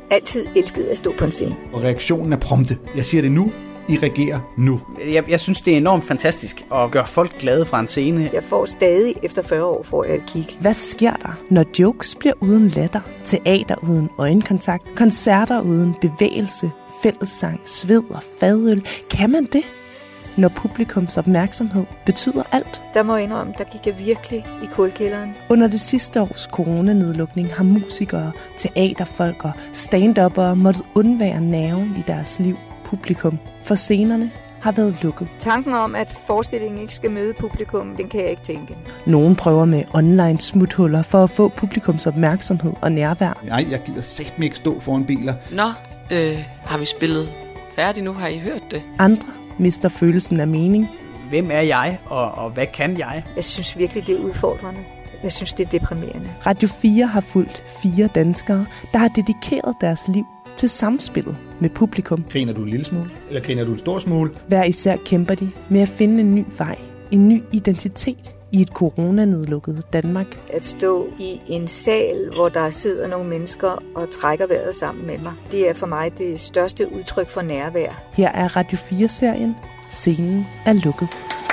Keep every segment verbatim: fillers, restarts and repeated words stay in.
altid elsket at stå på en scene. Og reaktionen er prompte. Jeg siger det nu. I regerer nu. Jeg, jeg synes, det er enormt fantastisk at gøre folk glade fra en scene. Jeg får stadig, efter fyrre år, får jeg et kig. Hvad sker der, når jokes bliver uden latter, teater uden øjenkontakt, koncerter uden bevægelse, fællessang, sved og fadøl? Kan man det, når publikums opmærksomhed betyder alt? Der må jeg indrømme, der gik jeg virkelig i kulkælderen. Under det sidste års coronanedlukning har musikere, teaterfolk og stand-uppere måttet undvære nerven i deres liv. Publikum for scenerne har været lukket. Tanken om, at forestillingen ikke skal møde publikum, den kan jeg ikke tænke. Nogen prøver med online smuthuller for at få publikums opmærksomhed og nærvær. Nej, jeg gider sæt mig ikke stå foran biler. Nå, øh, har vi spillet færdigt nu? Har I hørt det? Andre mister følelsen af mening. Hvem er jeg, og, og hvad kan jeg? Jeg synes virkelig, det er udfordrende. Jeg synes, det er deprimerende. Radio fire har fulgt fire danskere, der har dedikeret deres liv til samspillet med publikum. Griner du en lille smule, eller griner du en stor smule? Hver især kæmper de med at finde en ny vej, en ny identitet i et coronanedlukket Danmark. At stå i en sal, hvor der sidder nogle mennesker og trækker vejret sammen med mig, det er for mig det største udtryk for nærvær. Her er Radio fire-serien Scenen er lukket.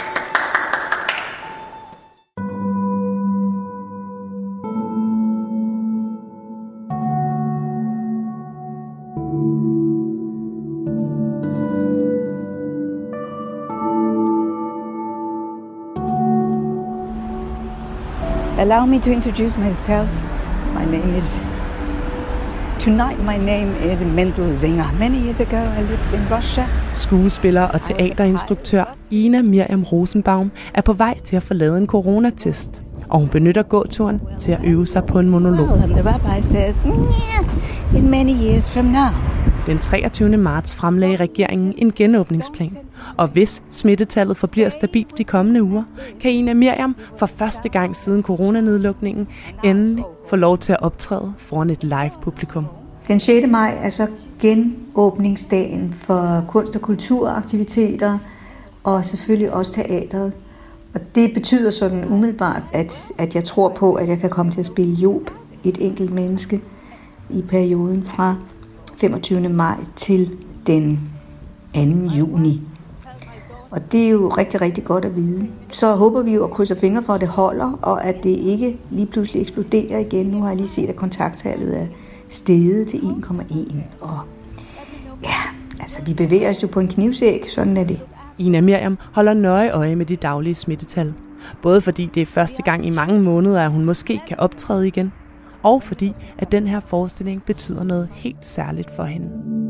Allow me to introduce myself. My name is... Tonight my name is Mendel Zinger. Many years ago I lived in Russia. Skuespiller og teaterinstruktør Ina Miriam Rosenbaum er på vej til at få lavet en coronatest. Og hun benytter gåturen til at øve sig på en monolog. Well, the rabbi says, yeah, in many years from now. Den treogtyvende marts fremlagde regeringen en genåbningsplan. Og hvis smittetallet forbliver stabilt de kommende uger, kan Ina Miriam for første gang siden coronanedlukningen endelig få lov til at optræde foran et live-publikum. Den sjette maj er så genåbningsdagen for kunst- og kulturaktiviteter, og selvfølgelig også teateret. Og det betyder sådan umiddelbart, at, at jeg tror på, at jeg kan komme til at spille Job, et enkelt menneske, i perioden fra femogtyvende maj til den anden juni. Og det er jo rigtig, rigtig godt at vide. Så håber vi jo at krydse fingre for, at det holder, og at det ikke lige pludselig eksploderer igen. Nu har jeg lige set, at kontakttallet er steget til en komma en. Og ja, altså vi bevæger os jo på en knivsæg, sådan er det. Ina Miriam holder nøje øje med de daglige smittetal. Både fordi det er første gang i mange måneder, at hun måske kan optræde igen, og fordi at den her forestilling betyder noget helt særligt for hende.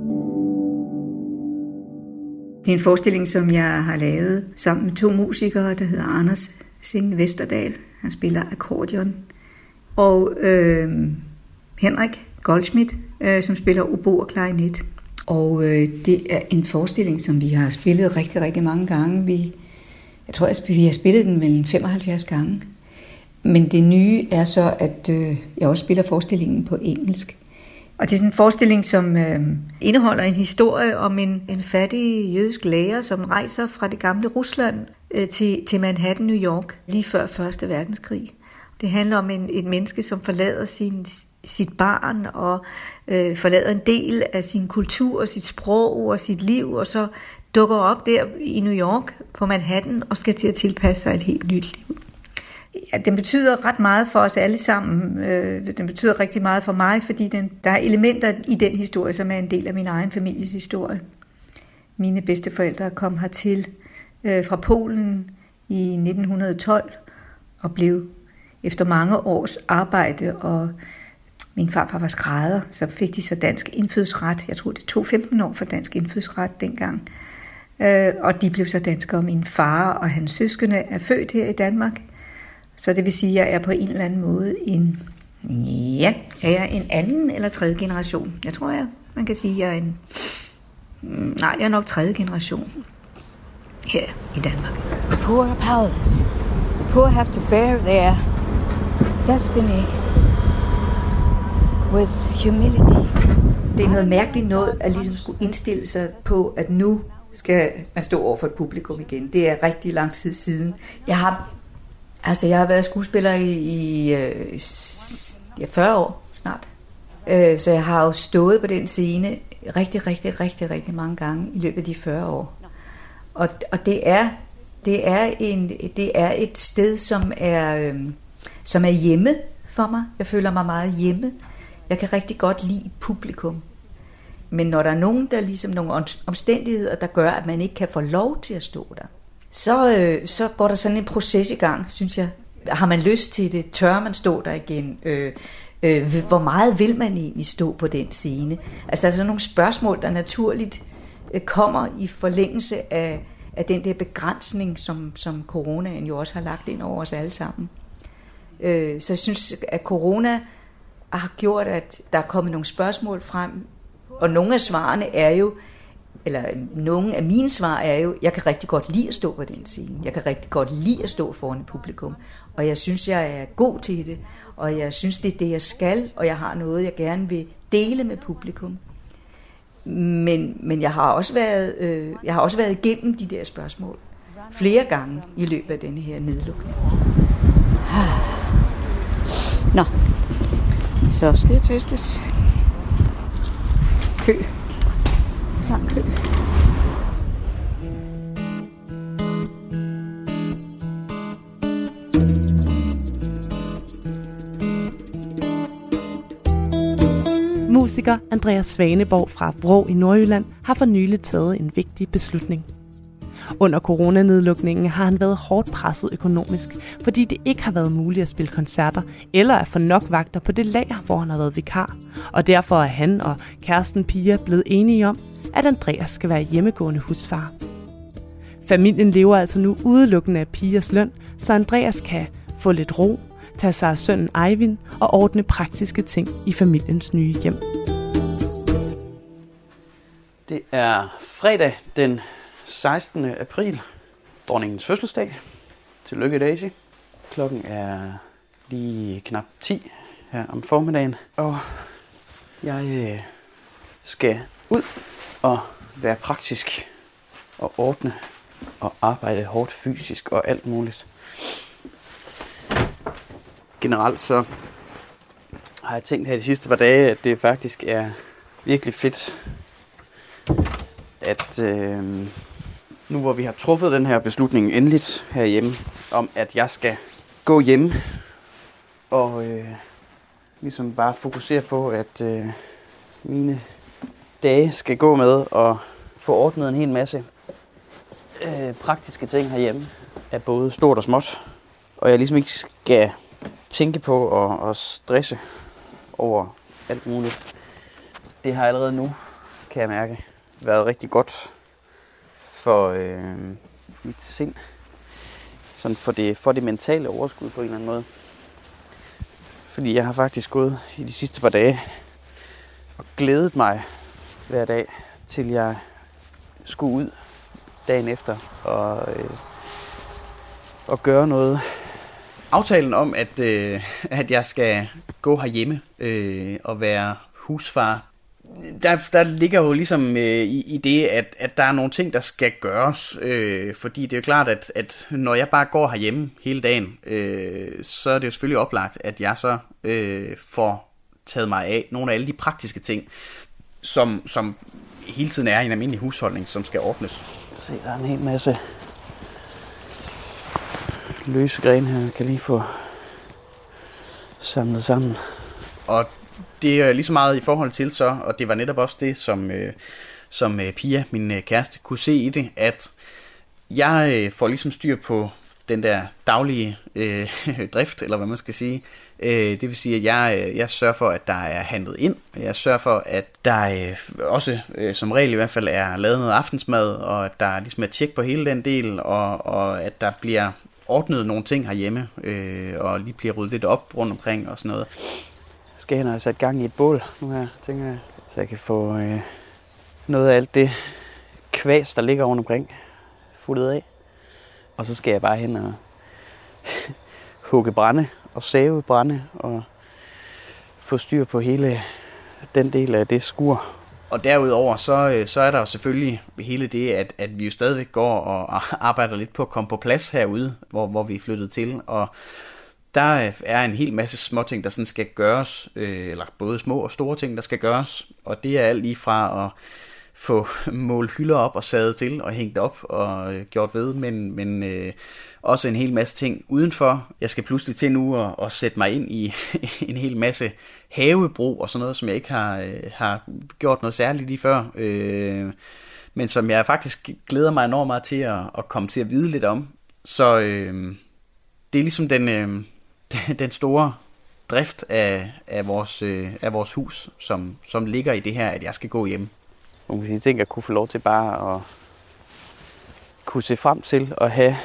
Det er en forestilling, som jeg har lavet sammen med to musikere, der hedder Anders Singh Vesterdal. Han spiller akkordeon. Og øh, Henrik Goldschmidt, øh, som spiller obo og klarinet. Og øh, det er en forestilling, som vi har spillet rigtig, rigtig mange gange. Vi, jeg tror, at vi har spillet den vel femoghalvfjerds gange. Men det nye er så, at øh, jeg også spiller forestillingen på engelsk. Og det er sådan en forestilling, som øh, indeholder en historie om en, en fattig jødisk lærer, som rejser fra det gamle Rusland øh, til, til Manhattan, New York, lige før første verdenskrig. Det handler om en, et menneske, som forlader sin, sit barn og øh, forlader en del af sin kultur, sit sprog og sit liv, og så dukker op der i New York på Manhattan og skal til at tilpasse sig et helt nyt liv. Ja, den betyder ret meget for os alle sammen. Øh, den betyder rigtig meget for mig, fordi den, der er elementer i den historie, som er en del af min egen families historie. Mine bedsteforældre kom hertil øh, fra Polen i nitten tolv og blev efter mange års arbejde, og min farfar var skrædder, så fik de så dansk indfødsret. Jeg tror, det tog femten år for dansk indfødsret dengang. Øh, og de blev så danskere. Min far og hans søskende er født her i Danmark. Så det vil sige, at jeg er på en eller anden måde en, ja, er jeg en anden eller tredje generation. Jeg tror, jeg, man kan sige, at jeg er en, nej, jeg er nok tredje generation her i Danmark. The poor are powerless. The poor have to bear their destiny with humility. Det er noget mærkeligt noget, at ligesom skulle indstille sig på, at nu skal man stå over for et publikum igen. Det er rigtig lang tid siden. Jeg har Altså, jeg har været skuespiller i, i ja, fyrre år snart. Øh, så jeg har jo stået på den scene rigtig, rigtig, rigtig, rigtig mange gange i løbet af de fyrre år. Og, og det er det er en det er et sted, som er øh, som er hjemme for mig. Jeg føler mig meget hjemme. Jeg kan rigtig godt lide publikum. Men når der er nogen, der ligesom nogle omstændigheder, der gør, at man ikke kan få lov til at stå der, så, øh, så går der sådan en proces i gang, synes jeg. Har man lyst til det? Tør man stå der igen? Øh, øh, hvor meget vil man egentlig stå på den scene? Altså der er sådan nogle spørgsmål, der naturligt øh, kommer i forlængelse af, af den der begrænsning, som, som coronaen jo også har lagt ind over os alle sammen. Øh, så jeg synes, at corona har gjort, at der er kommet nogle spørgsmål frem, og nogle af svarene er jo, eller nogle af mine svar er jo, jeg kan rigtig godt lide at stå på den scene. Jeg kan rigtig godt lide at stå foran et publikum. Og jeg synes, jeg er god til det. Og jeg synes, det er det, jeg skal. Og jeg har noget, jeg gerne vil dele med publikum. Men, men jeg har også været, øh, jeg har også været igennem de der spørgsmål flere gange i løbet af denne her nedlukning. Nå, så skal jeg testes. Kø. Lang kø. Musiker Andreas Svaneborg fra Vrå i Nordjylland har for nylig taget en vigtig beslutning. Under coronanedlukningen har han været hårdt presset økonomisk, fordi det ikke har været muligt at spille koncerter eller at få nok vagter på det lager, hvor han har været vikar. Og derfor er han og kæresten Pia blevet enige om, at Andreas skal være hjemmegående husfar. Familien lever altså nu udelukkende af Pias løn, så Andreas kan få lidt ro, tage sig af sønnen Eivind og ordne praktiske ting i familiens nye hjem. Det er fredag den sekstende april, dronningens fødselsdag. Tillykke, Daisy. Klokken er lige knap ti her om formiddagen, og jeg skal ud og være praktisk og ordne og arbejde hårdt fysisk og alt muligt. Generelt så har jeg tænkt her de sidste par dage, at det faktisk er virkelig fedt, at øh, nu hvor vi har truffet den her beslutning endeligt herhjemme, om at jeg skal gå hjemme og øh, ligesom bare fokusere på, at øh, mine dage skal gå med at få ordnet en hel masse øh, praktiske ting herhjemme, af både stort og småt, og jeg ligesom ikke skal tænke på at, at stresse over alt muligt. Det har allerede nu, kan jeg mærke, været rigtig godt for øh, mit sind. Sådan for det, for det mentale overskud på en eller anden måde. Fordi jeg har faktisk gået i de sidste par dage og glædet mig hver dag, til jeg skulle ud dagen efter og, øh, og gøre noget. Aftalen om, at, øh, at jeg skal gå herhjemme øh, og være husfar, der, der ligger jo ligesom øh, i, i det, at, at der er nogle ting, der skal gøres. Øh, fordi det er jo klart, at, at når jeg bare går herhjemme hele dagen, øh, så er det jo selvfølgelig oplagt, at jeg så øh, får taget mig af nogle af alle de praktiske ting, som, som hele tiden er i en almindelig husholdning, som skal ordnes. Se, der er en hel masse løse grene her, kan lige få samlet sammen. Og det er lige så meget i forhold til så, og det var netop også det, som, øh, som øh, Pia, min øh, kæreste, kunne se i det, at jeg øh, får ligesom styr på den der daglige øh, drift, eller hvad man skal sige. Øh, det vil sige, at jeg, jeg sørger for, at der er handlet ind. Jeg sørger for, at der øh, også, øh, som regel i hvert fald, er lavet noget aftensmad, og at der ligesom er tjek på hele den del, og, og at der bliver ordnet nogle ting herhjemme, øh, og lige bliver ryddet lidt op rundt omkring og sådan noget. Jeg skal hen og have sat gang i et bål nu her, tænker jeg, så jeg kan få øh, noget af alt det kvæs, der ligger rundt omkring, fuldet af. Og så skal jeg bare hen og hugge brænde og save brænde og få styr på hele den del af det skur. Og derudover så, så er der jo selvfølgelig hele det, at, at vi jo stadigvæk går og arbejder lidt på at komme på plads herude, hvor, hvor vi er flyttet til. Og der er en hel masse små ting, der sådan skal gøres, øh, eller både små og store ting, der skal gøres, og det er alt lige fra at få målt hylder op og sadet til og hængt op og øh, gjort ved, men, men øh, også en hel masse ting udenfor. Jeg skal pludselig til nu at, at sætte mig ind i en hel masse havebrug og sådan noget, som jeg ikke har, øh, har gjort noget særligt lige før, øh, men som jeg faktisk glæder mig enormt meget til at, at komme til at vide lidt om. Så øh, det er ligesom den, øh, den store drift af, af, vores, øh, af vores hus, som, som ligger i det her, at jeg skal gå hjem. Man kan sige, tænke at kunne få lov til bare at kunne se frem til at have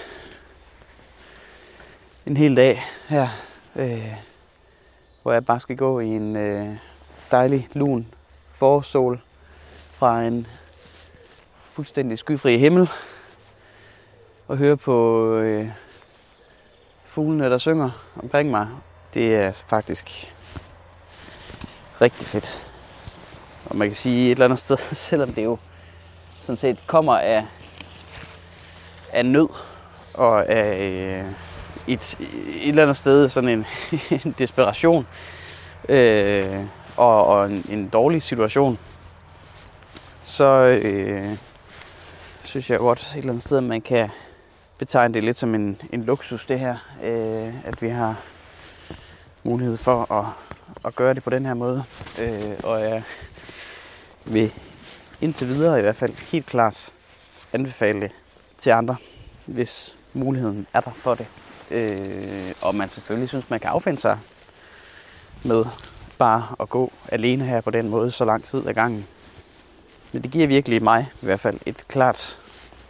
en hel dag her, øh, hvor jeg bare skal gå i en øh, dejlig lun forårssol fra en fuldstændig skyfri himmel og høre på øh, fuglene, der synger omkring mig. Det er faktisk rigtig fedt. Og man kan sige et eller andet sted, selvom det jo sådan set kommer af, af nød og af øh, et, et eller andet sted sådan en, en desperation øh, og, og en, en dårlig situation, så øh, synes jeg godt et eller andet sted, at man kan betegne det lidt som en, en luksus det her, øh, at vi har mulighed for at, at gøre det på den her måde. Øh, og jeg vil indtil videre i hvert fald helt klart anbefale det til andre, hvis muligheden er der for det. Øh, og man selvfølgelig synes, man kan affinde sig med bare at gå alene her på den måde så lang tid ad gangen. Men det giver virkelig mig i hvert fald et klart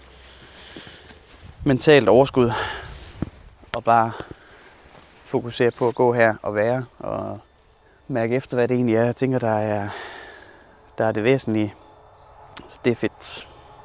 mentalt overskud og bare fokusere på at gå her og være og mærke efter, hvad det egentlig er. Jeg tænker, der er, der er det væsentlige. Så det er fedt.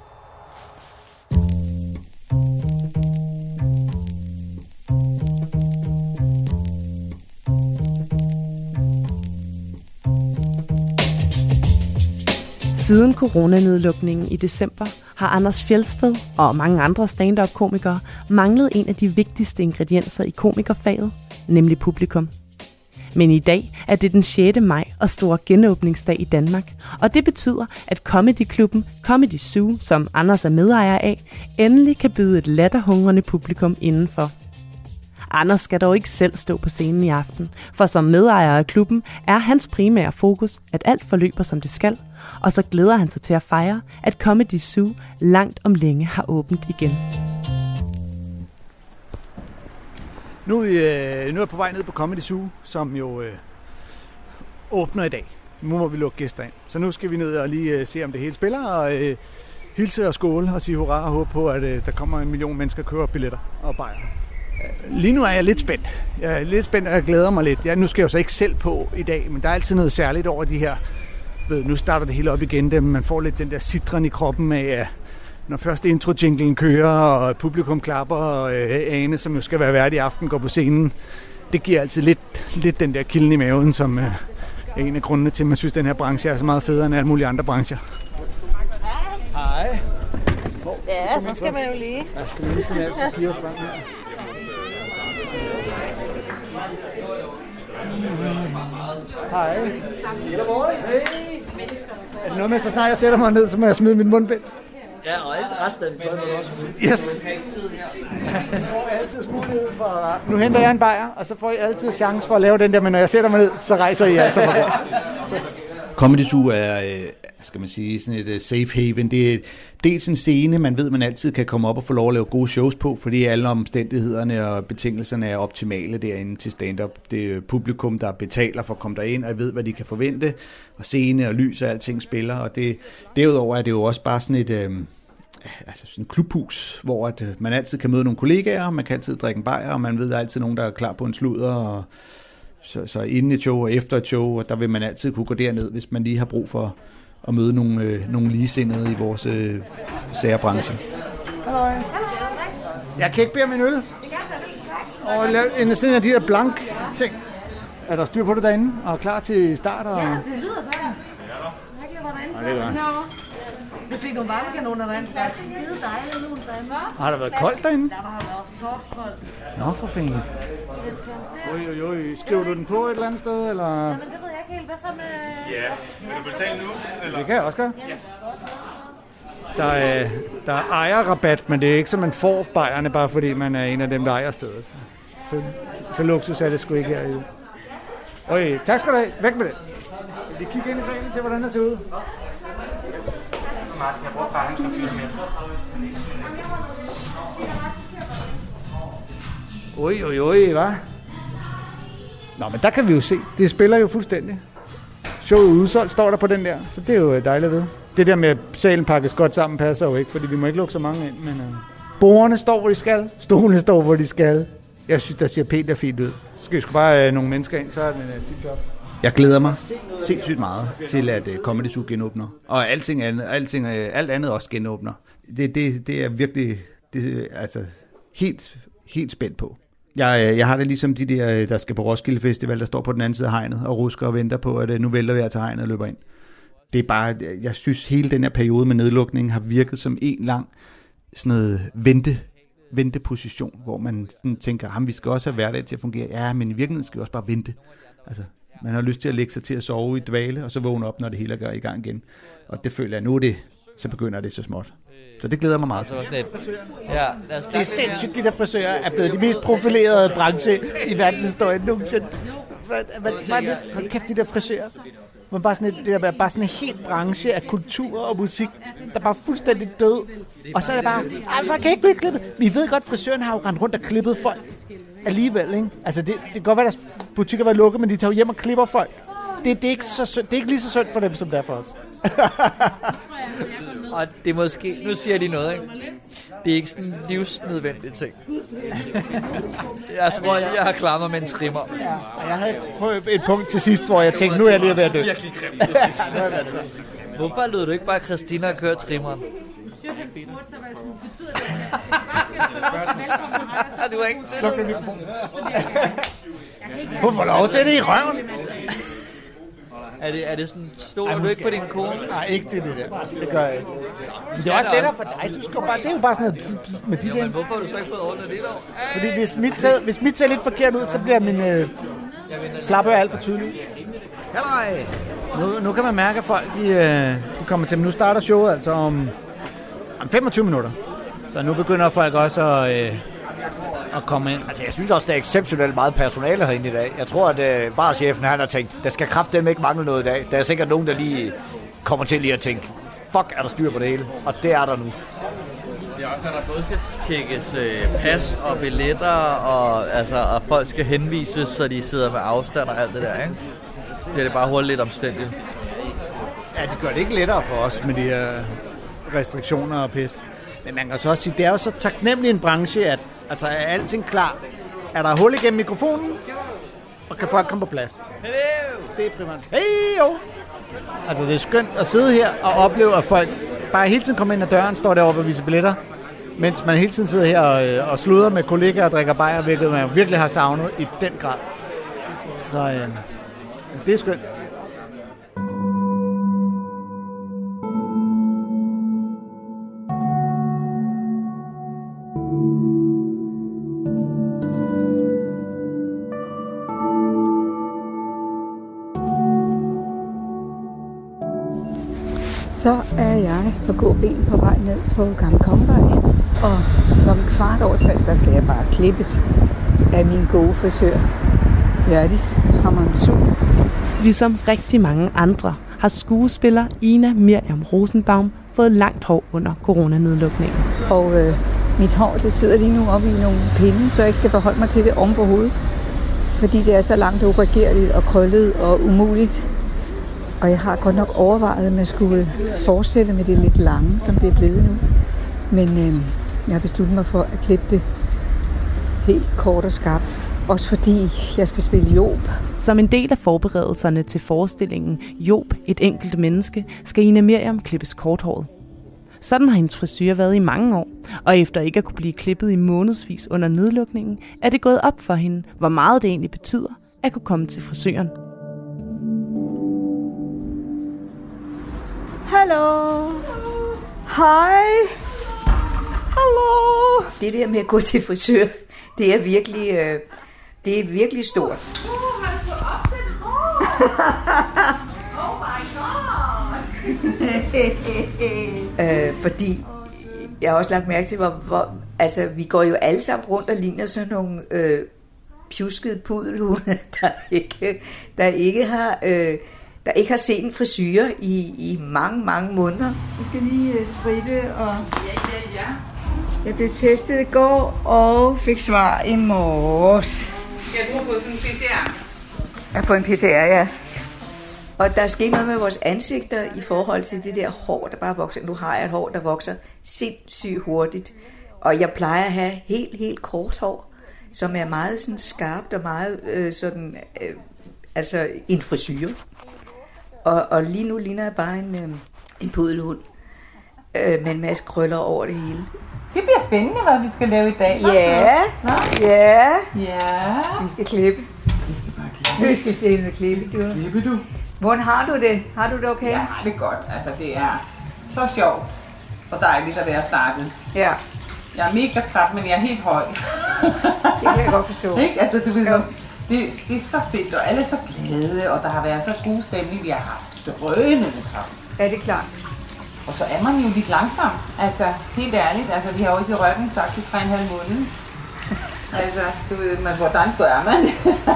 Siden coronanedlukningen i december har Anders Fjeldsted og mange andre stand-up-komikere manglet en af de vigtigste ingredienser i komikerfaget, nemlig publikum. Men i dag er det den sjette maj og store genåbningsdag i Danmark, og det betyder, at comedyklubben Comedy Zoo, som Anders er medejer af, endelig kan byde et latterhungrende publikum indenfor. Anders skal dog ikke selv stå på scenen i aften, for som medejer af klubben er hans primære fokus, at alt forløber som det skal, og så glæder han sig til at fejre, at Comedy Zoo langt om længe har åbent igen. Nu, øh, nu er jeg på vej ned på Comedy Zoo, som jo øh, åbner i dag. Nu må vi lukke gæster ind. Så nu skal vi ned og lige øh, se, om det hele spiller, og øh, hilse og skåle og sige hurra og håbe på, at øh, der kommer en million mennesker, køber billetter og bajer. Lige nu er jeg lidt spændt. Jeg er lidt spændt, og jeg glæder mig lidt. Jeg, nu skal jeg jo så ikke selv på i dag, men der er altid noget særligt over de her. Ved, nu starter det hele op igen. Det, man får lidt den der citron i kroppen af, at når først intro-jinglen kører, og publikum klapper, og øh, Ane, som jo skal være vært i aften, går på scenen. Det giver altid lidt, lidt den der kilden i maven, som øh, er en af grundene til, at man synes, at den her branche er så meget federe end alle mulige andre brancher. Hej. Ja, så skal man jo lige. Jeg skal lige finde alt papir frem her. Hej. Hey. Er det noget med, så snart jeg sætter mig ned, så må jeg smide min mundbind? Ja, og alt resten af den tøj må du også smide. Yes. Jeg får altid mulighed for... Nu henter jeg en bajer, og så får I altid chance for at lave den der, men når jeg sætter mig ned, så rejser I altså på. Comedy Zoo er, skal man sige, sådan et safe haven. Det er dels en scene, man ved, man altid kan komme op og få lov at lave gode shows på, fordi alle omstændighederne og betingelserne er optimale derinde til stand-up. Det er publikum, der betaler for at komme derind, og jeg ved, hvad de kan forvente, og scene og lys og alting spiller, og det, derudover er det jo også bare sådan et... Øh, altså sådan et klubhus, hvor at, man altid kan møde nogle kollegaer, man kan altid drikke en bajer, og man ved, der er altid nogen, der er klar på en sludder, og så, så inden et show og efter et show, og der vil man altid kunne gå derned, hvis man lige har brug for at møde nogle, øh, nogle ligesindede i vores øh, særbranche. Hallo. Jeg kan ikke bede om en øl. Og en sådan af de der blank ting. Er der styr på det derinde, og klar til start? Og... Ja, det lyder sådan. Jeg kan være derinde. Ja, det er godt. Vi fik nogle varmekanoner derinde, så der er skide dejligt nu derinde. Har der været koldt derinde? Der har været så koldt. Nå, for fanden. Oj, oj, oj. Skriver du den på et eller andet sted, eller? Jamen, det ved jeg ikke helt. Hvad så med... Ja, vil du betale nu, eller? Det kan jeg også gøre. Ja. Der er, der er ejerrabat, men det er ikke så, man får bajerne, bare fordi man er en af dem, der ejer stedet. Så, så luksus er det sgu ikke her. Oj, tak skal du have. Væk med det. Vi kigger ind i salen til, hvordan det ser ud. Martin, jeg bruger bare en computer med. Oj, oj, oj, hva'? Nå, men der kan vi jo se. Det spiller jo fuldstændig. Showet udsolgt står der på den der, så det er jo dejligt ved. Det der med, at salen pakkes godt sammen, passer jo ikke, fordi vi må ikke lukke så mange ind. Men øh, bordene står, hvor de skal. Stolene står, hvor de skal. Jeg synes, der ser pænt og fint ud. Så skal vi sgu bare øh, nogle mennesker ind, så er det en uh, tip-top. Jeg glæder mig sindssygt meget til, at uh, Comedy Zoo genåbner. Og alting andet, alting, uh, alt andet også genåbner. Det, det, det er virkelig det, altså, helt, helt spændt på. Jeg, jeg har det ligesom de der, der skal på Roskilde Festival, der står på den anden side af hegnet og rusker og venter på, at uh, nu vælter vi her til hegnet og løber ind. Det er bare, jeg synes, hele den her periode med nedlukningen har virket som en lang sådan noget vente, venteposition, hvor man sådan tænker, at vi skal også have hverdag til at fungere. Ja, men i virkeligheden skal vi også bare vente. Altså, man har lyst til at lægge sig til at sove i dvale, og så vågne op, når det hele er i gang igen. Og det føler jeg, nu er det, så begynder det så småt. Så det glæder mig meget til. Ja, det er sindssygt, de der frisører er blevet de mest profilerede branche i verdenshistorien nogensinde. Hold kæft, de der frisører. Man bare sådan et, det er bare sådan en helt branche af kultur og musik, der er bare fuldstændig død. Og så er det bare, ej, folk kan ikke blive klippet. Vi ved godt, frisøren har jo rendt rundt og klippet folk alligevel, ikke? Altså, det, det kan godt være, at deres butikker var lukket, men de tager jo hjem og klipper folk. Det, det, er ikke så synd, det er ikke lige så synd for dem, som det er for os. Og det er måske, nu siger de noget, ikke? Det er ikke sådan en livsnødvendig ting. Jeg tror, jeg har klamret med en trimmer. Ja, jeg havde på et punkt til sidst, hvor jeg tænkte, nu er jeg lige ved at dø. Hvorfor lød du ikke bare Christina at køre trimmeren? Du har ingen tillid. Hun får lov til det i røven. Er det, er det sådan, stoler du ikke på din kone? Nej, ikke til det der. Det gør jeg ikke. Men det er også lettere for dig. Du skal bare, det er jo bare sådan noget pss, pss med de der. Men hvorfor har du så ikke fået ordnet det dog? Fordi hvis mit, tager, hvis mit ser lidt forkert ud, så bliver min øh, flapper alt for tydelig. Halløj! Nu, nu kan man mærke, at folk de, øh, de kommer til. Men nu starter showet altså om, om femogtyve minutter. Så nu begynder folk også at... Øh, at komme ind. Altså, jeg synes også, der er exceptionelt meget personale herinde i dag. Jeg tror, at uh, barchefen han har tænkt, der skal kraftedeme ikke mangle noget i dag. Der er sikkert nogen, der lige kommer til lige at tænke, fuck, er der styr på det hele? Og det er der nu. Ja, så der både skal tjekkes øh, pas og billetter, og, altså, og folk skal henvises, så de sidder med afstand og alt det der, ikke? Det er det bare hurtigt lidt omstændigt. Ja, det gør det ikke lettere for os med de her restriktioner og pis. Men man kan så også sige, det er jo så taknemmelig en branche, at altså, er alting klar? Er der hul igennem mikrofonen? Og kan folk komme på plads? Hello. Det er primært. Hey, jo! Altså, det er skønt at sidde her og opleve, at folk bare hele tiden kommer ind ad døren, står deroppe og viser billetter, mens man hele tiden sidder her og, og sluder med kollegaer og drikker bajer, hvilket man virkelig har savnet i den grad. Så øh, det er skønt. Så er jeg på gåben på vej ned på Gamle Kongevej, og klokken kvart over tre, der skal jeg bare klippes af min gode frisør, Hjørdis fra Monsun. Ligesom rigtig mange andre har skuespiller Ina Miriam Rosenbaum fået langt hår under coronanedlukningen. Og øh, mit hår, det sidder lige nu oppe i nogle pinde, så jeg ikke skal forholde mig til det oven på hovedet, fordi det er så langt uregerligt og krøllet og umuligt. Og jeg har godt nok overvejet, at man skulle fortsætte med det lidt lange, som det er blevet nu. Men øh, jeg har besluttet mig for at klippe det helt kort og skarpt. Også fordi jeg skal spille Job. Som en del af forberedelserne til forestillingen Job, et enkelt menneske, skal Ina Miriam klippes korthåret. Sådan har hendes frisyr været i mange år, og efter ikke at kunne blive klippet i månedsvis under nedlukningen, er det gået op for hende, hvor meget det egentlig betyder at kunne komme til frisøren. Hallo. Hej. Hallo. Det der med at gå til frisør, det er virkelig, øh, Det er virkelig stort. Uh, har du fået opsat hår? Oh my god! øh, fordi jeg har også lagt mærke til, hvor, hvor altså, vi går jo alle sammen rundt og ligner sådan nogle øh, pjuskede pudelhunde, der ikke, der ikke har... Øh, der ikke har set en frisyre i, i mange, mange måneder. Vi skal lige uh, spritte, og Ja, ja, ja. jeg blev testet i går, og fik svar i morges. Ja, du har fået sådan en P C R. Jeg har fået en P C R, ja. Og der er sket noget med vores ansigter i forhold til det der hår, der bare vokser. Nu har jeg et hår, der vokser sindssygt hurtigt. Og jeg plejer at have helt, helt kort hår, som er meget sådan skarpt og meget øh, sådan, øh, altså en frisyre. Og, og lige nu ligner jeg bare en, øh, en pudelhund øh, med en masse krøller over det hele. Det bliver spændende, hvad vi skal lave i dag. Ja, Nå? ja. Ja. Vi skal klippe. Vi skal bare klippe. Vi skal stille med klippe, du. Klippe, du. Hvordan har du det? Har du det okay? Jeg har det godt. Altså, det er så sjovt og dejligt at være startet. Ja. Jeg er mega træt, men jeg er helt høj. Det kan jeg godt forstå. Ikke? Altså, du ved, det, det er så fedt, og alle er så glade, og der har været så god stemning. Vi har haft drønende træt. Ja, det er klart. Og så er man jo lidt langsom. Altså, helt ærligt. Altså, vi har jo ikke rørt en sagt i tre og en halv måned. Altså, du ved, man, hvordan gør man?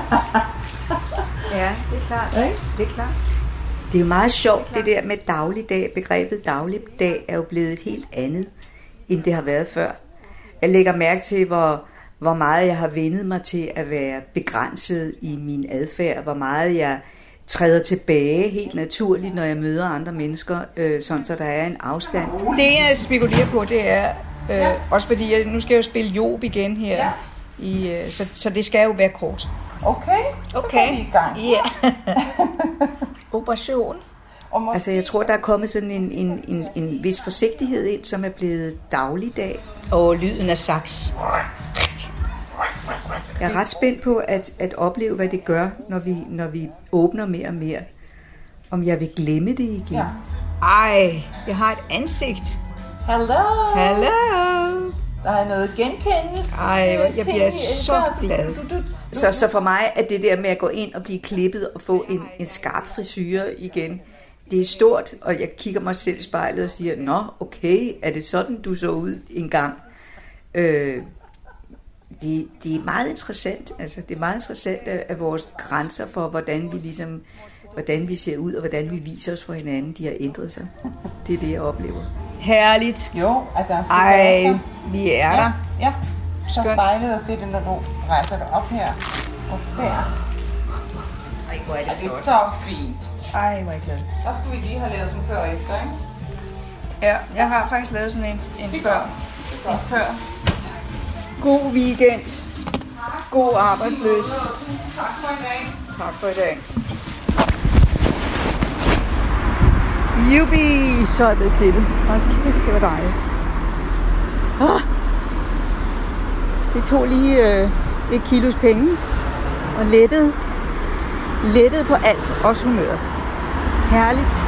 Ja, det er klart. Ja. Det er klart. Det er jo meget sjovt, det der med dagligdag. Begrebet dagligdag er jo blevet et helt andet, end det har været før. Jeg lægger mærke til, hvor, hvor meget jeg har vendet mig til at være begrænset i min adfærd. Hvor meget jeg træder tilbage helt naturligt, når jeg møder andre mennesker, øh, sådan så der er en afstand. Det jeg spekulerer på, det er, øh, ja. også fordi jeg, nu skal jeg jo spille Job igen her, ja. i, øh, så, så det skal jo være kort. Okay, så okay. vi i gang. Ja. Operation. Altså jeg tror, der er kommet sådan en, en, en, en vis forsigtighed ind, som er blevet dagligdag. Og lyden af saks. Jeg er ret spændt på at, at opleve, hvad det gør, når vi, når vi åbner mere og mere. Om jeg vil glemme det igen. Ja. Ej, jeg har et ansigt. Hello. Hello. Der er noget genkendelse. Ej, jeg bliver så glad. Så, så for mig er det der med at gå ind og blive klippet og få en, en skarp frisyre igen, det er stort, og jeg kigger mig selv i spejlet og siger, nå, okay, er det sådan, du så ud engang? Øh, det, det er meget interessant, altså det er meget interessant, at, at vores grænser for, hvordan vi ligesom, hvordan vi ser ud, og hvordan vi viser os for hinanden, de har ændret sig. Det er det, jeg oplever. Herligt. Jo, altså. Ej, vi er der. Ja, ja. Så spejlet og se det, når du rejser dig op her og ser. Ej, hvor er det, ja, det er så fint. Ej, hvor er jeg glad. Der skulle vi lige have lavet sådan før og efter, ikke? Ja, jeg har faktisk lavet sådan en, en før. En tør. God weekend. God arbejdsløs. Tak for i dag. Tak for i dag. Jubi, så er jeg blevet klippet. Hold kæft, det var dejligt. Ah. Det tog lige øh, et kilos penge og lettede, lettede på alt, også humøret. Herligt.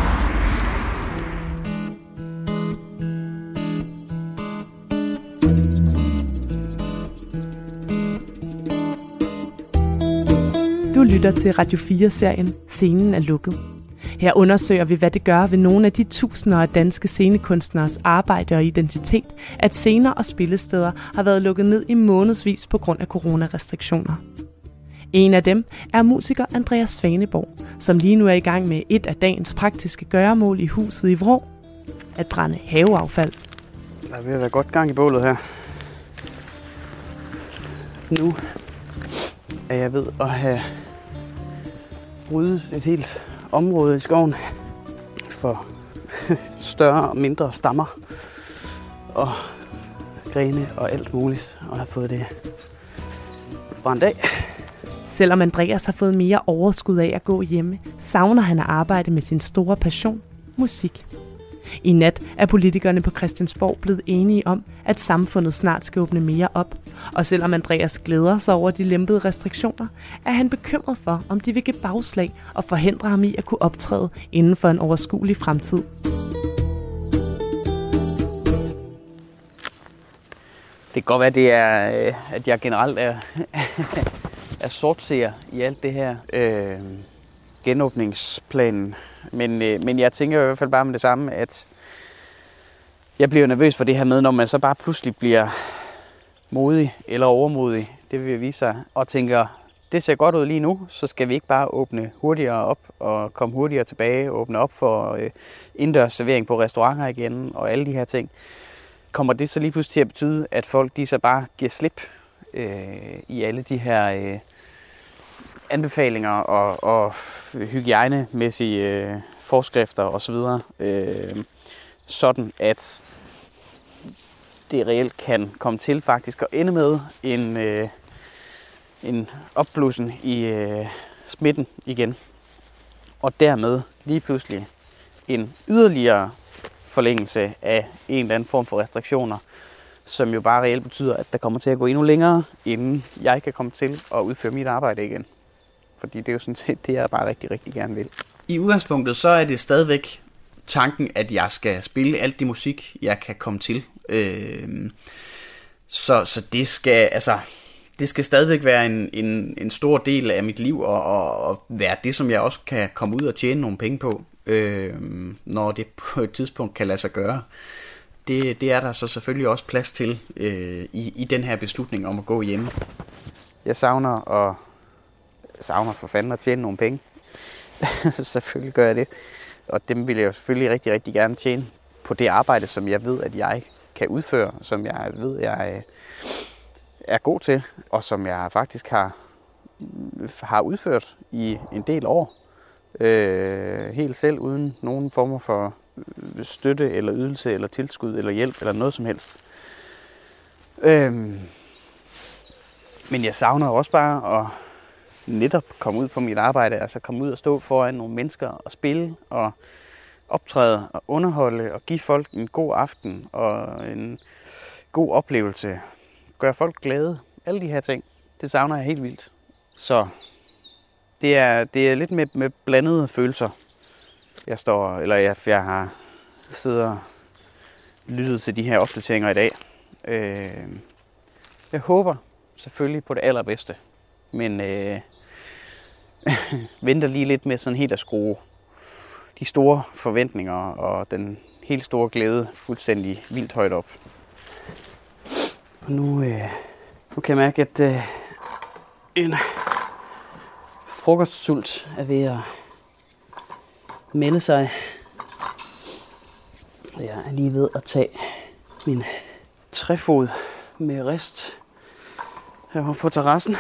Du lytter til Radio fire-serien Scenen er lukket. Her undersøger vi, hvad det gør ved nogle af de tusinder af danske scenekunstneres arbejde og identitet, at scener og spillesteder har været lukket ned i månedsvis på grund af coronarestriktioner. En af dem er musiker Andreas Svaneborg, som lige nu er i gang med et af dagens praktiske gøremål i huset i Vrå, at brænde haveaffald. Der er ved at være godt gang i bålet her. Nu er jeg ved at have ryddet et helt område i skoven for større og mindre stammer og grene og alt muligt, og har fået det brændt af. Selvom Andreas har fået mere overskud af at gå hjemme, savner han at arbejde med sin store passion, musik. I nat er politikerne på Christiansborg blevet enige om, at samfundet snart skal åbne mere op. Og selvom Andreas glæder sig over de lempede restriktioner, er han bekymret for, om de vil give bagslag og forhindre ham i at kunne optræde inden for en overskuelig fremtid. Det kan godt være, det er, at jeg generelt er er sortseer i alt det her øh, genåbningsplanen. Men, øh, men jeg tænker i hvert fald bare med det samme, at jeg bliver nervøs for det her med, når man så bare pludselig bliver modig eller overmodig, det vil vise sig, og tænker, det ser godt ud lige nu, så skal vi ikke bare åbne hurtigere op og komme hurtigere tilbage, åbne op for øh, indendørs servering på restauranter igen og alle de her ting. Kommer det så lige pludselig til at betyde, at folk de så bare giver slip øh, i alle de her øh, anbefalinger og, og hygiejnemæssige øh, forskrifter osv., øh, sådan at det reelt kan komme til faktisk at ende med en, øh, en opblussen i øh, smitten igen. Og dermed lige pludselig en yderligere forlængelse af en eller anden form for restriktioner, som jo bare reelt betyder, at der kommer til at gå endnu længere, inden jeg kan komme til at udføre mit arbejde igen. Fordi det er jo sådan set det, jeg bare rigtig, rigtig gerne vil. I udgangspunktet så er det stadigvæk tanken, at jeg skal spille alt det musik, jeg kan komme til. Øh, så, så det skal altså det skal stadigvæk være en, en, en stor del af mit liv, og, og, og være det, som jeg også kan komme ud og tjene nogle penge på, øh, når det på et tidspunkt kan lade sig gøre. Det, det er der så selvfølgelig også plads til øh, i, i den her beslutning om at gå hjemme. Jeg savner og savner for fanden at tjene nogle penge. Selvfølgelig gør jeg det. Og dem vil jeg jo selvfølgelig rigtig, rigtig gerne tjene på det arbejde, som jeg ved, at jeg kan udføre, som jeg ved, jeg er god til, og som jeg faktisk har, har udført i en del år. Øh, helt selv, uden nogen former for støtte, eller ydelse, eller tilskud, eller hjælp, eller noget som helst. Øh, men jeg savner også bare at netop komme ud på mit arbejde, altså komme ud og stå foran nogle mennesker og spille og optræde og underholde og give folk en god aften og en god oplevelse. Gøre folk glade. Alle de her ting, det savner jeg helt vildt. Så det er, det er lidt med, med blandede følelser. Jeg står, eller jeg, jeg har siddet og lyttet til de her opdateringer i dag. Øh, jeg håber selvfølgelig på det allerbedste, men øh, venter lige lidt med sådan helt at skrue de store forventninger og den helt store glæde fuldstændig vildt højt op. Og nu, øh, nu kan jeg mærke, at øh, en frokostsult er ved at melde sig. Jeg er lige ved at tage min træfod med rist herovre på terrassen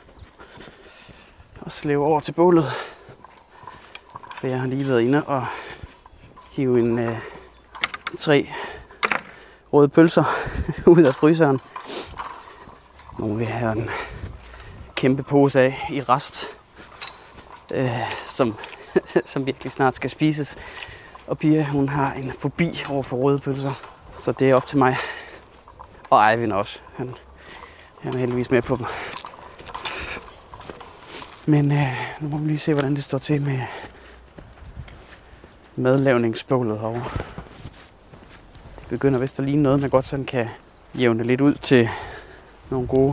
og slæve over til bålet. For jeg har lige været inde og hive en øh, tre røde pølser ud af fryseren. Nogle vil have en kæmpe pose af i rest, øh, som, som virkelig snart skal spises. Og Pia, hun har en fobi over for røde pølser, så det er op til mig. Og Eivind også. Han, han er heldigvis med på dem. Men øh, nu må vi lige se, hvordan det står til med madlavningsbålet herovre. Det begynder vist at ligne noget, man godt sådan kan jævne lidt ud til nogle gode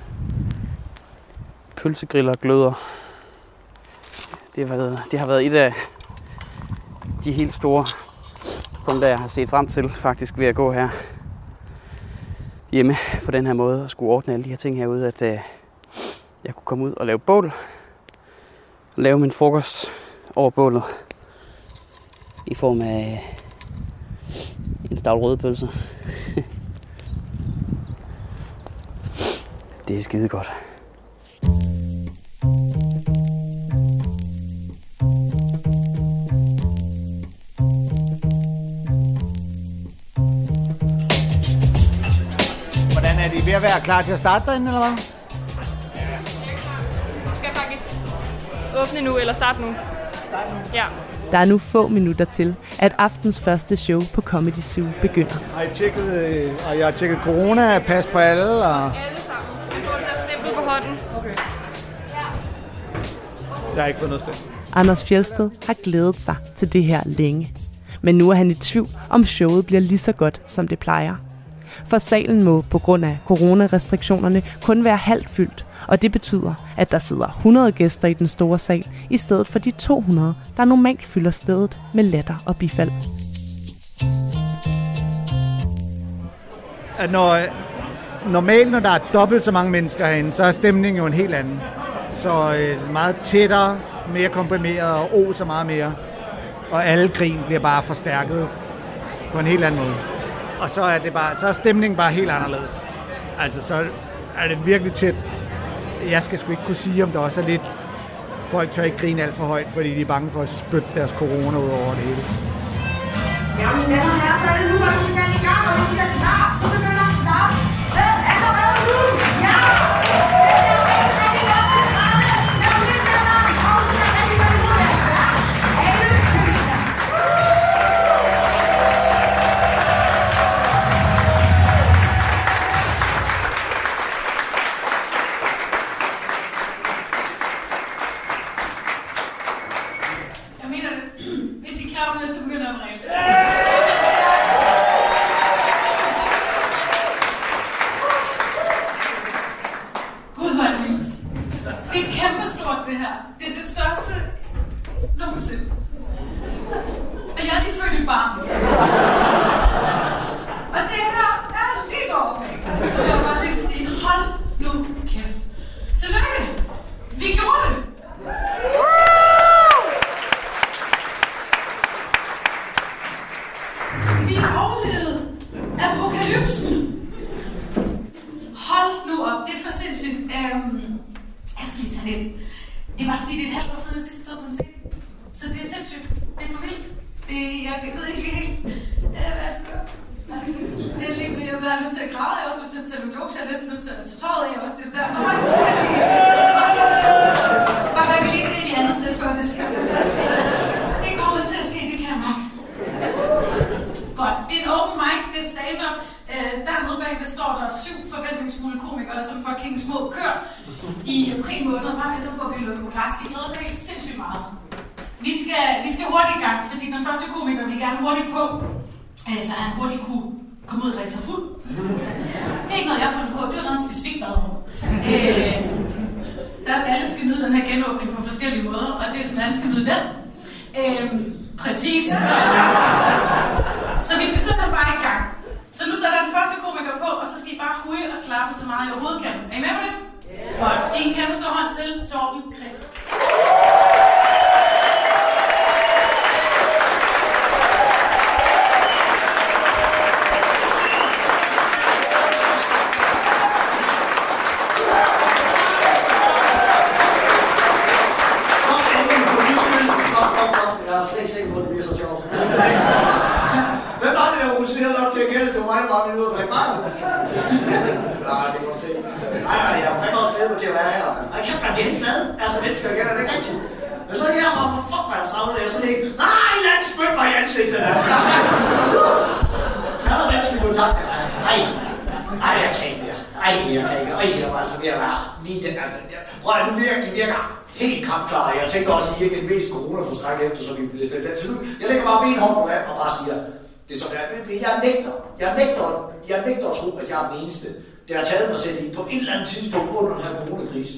pølsegriller gløder. Det har været, det har været et af de helt store punkter, jeg har set frem til faktisk ved at gå her hjemme på den her måde og skulle ordne alle de her ting herude, at øh, jeg kunne komme ud og lave bål og lave min frokost over bålet i form af en stavl røde pølser. Det er skide godt. Hvordan er de ved at være klar til at starte derinde, eller hvad? Du skal faktisk åbne nu, eller starte nu. Start nu. Ja. Der er nu få minutter til, at aftens første show på Comedy Zoo begynder. Har I tjekket, øh, og jeg har tjekket corona, pas på alle, og... Alle sammen. Du får den der stempel på hånden. Okay. Jeg har ikke fået noget stempel. Anders Fjeldsted har glædet sig til det her længe. Men nu er han i tvivl, om showet bliver lige så godt, som det plejer. for salen må på grund af coronarestriktionerne kun være halvt fyldt, og det betyder, at der sidder hundrede gæster i den store sal, i stedet for de to hundrede, der normalt fylder stedet med latter og bifald. At når, normalt, når der er dobbelt så mange mennesker herinde, så er stemningen jo en helt anden. Så øh, meget tættere, mere komprimeret og o så meget mere. Og alle grin bliver bare forstærket på en helt anden måde. Og så er, det bare, så er stemningen bare helt anderledes. Altså, så er det virkelig tæt. Jeg skal sgu ikke kunne sige, om der også er lidt... Folk tør ikke grine alt for højt, fordi de er bange for at spytte deres corona ud over det hele. Ja, mine damer og herrer, så er det nu, at vi skal i gang, og vi skal klar. Så begynder vi snart. Hvad er der været nu? Ja! Det har taget mig selv i på et eller andet tidspunkt under den her coronakrise.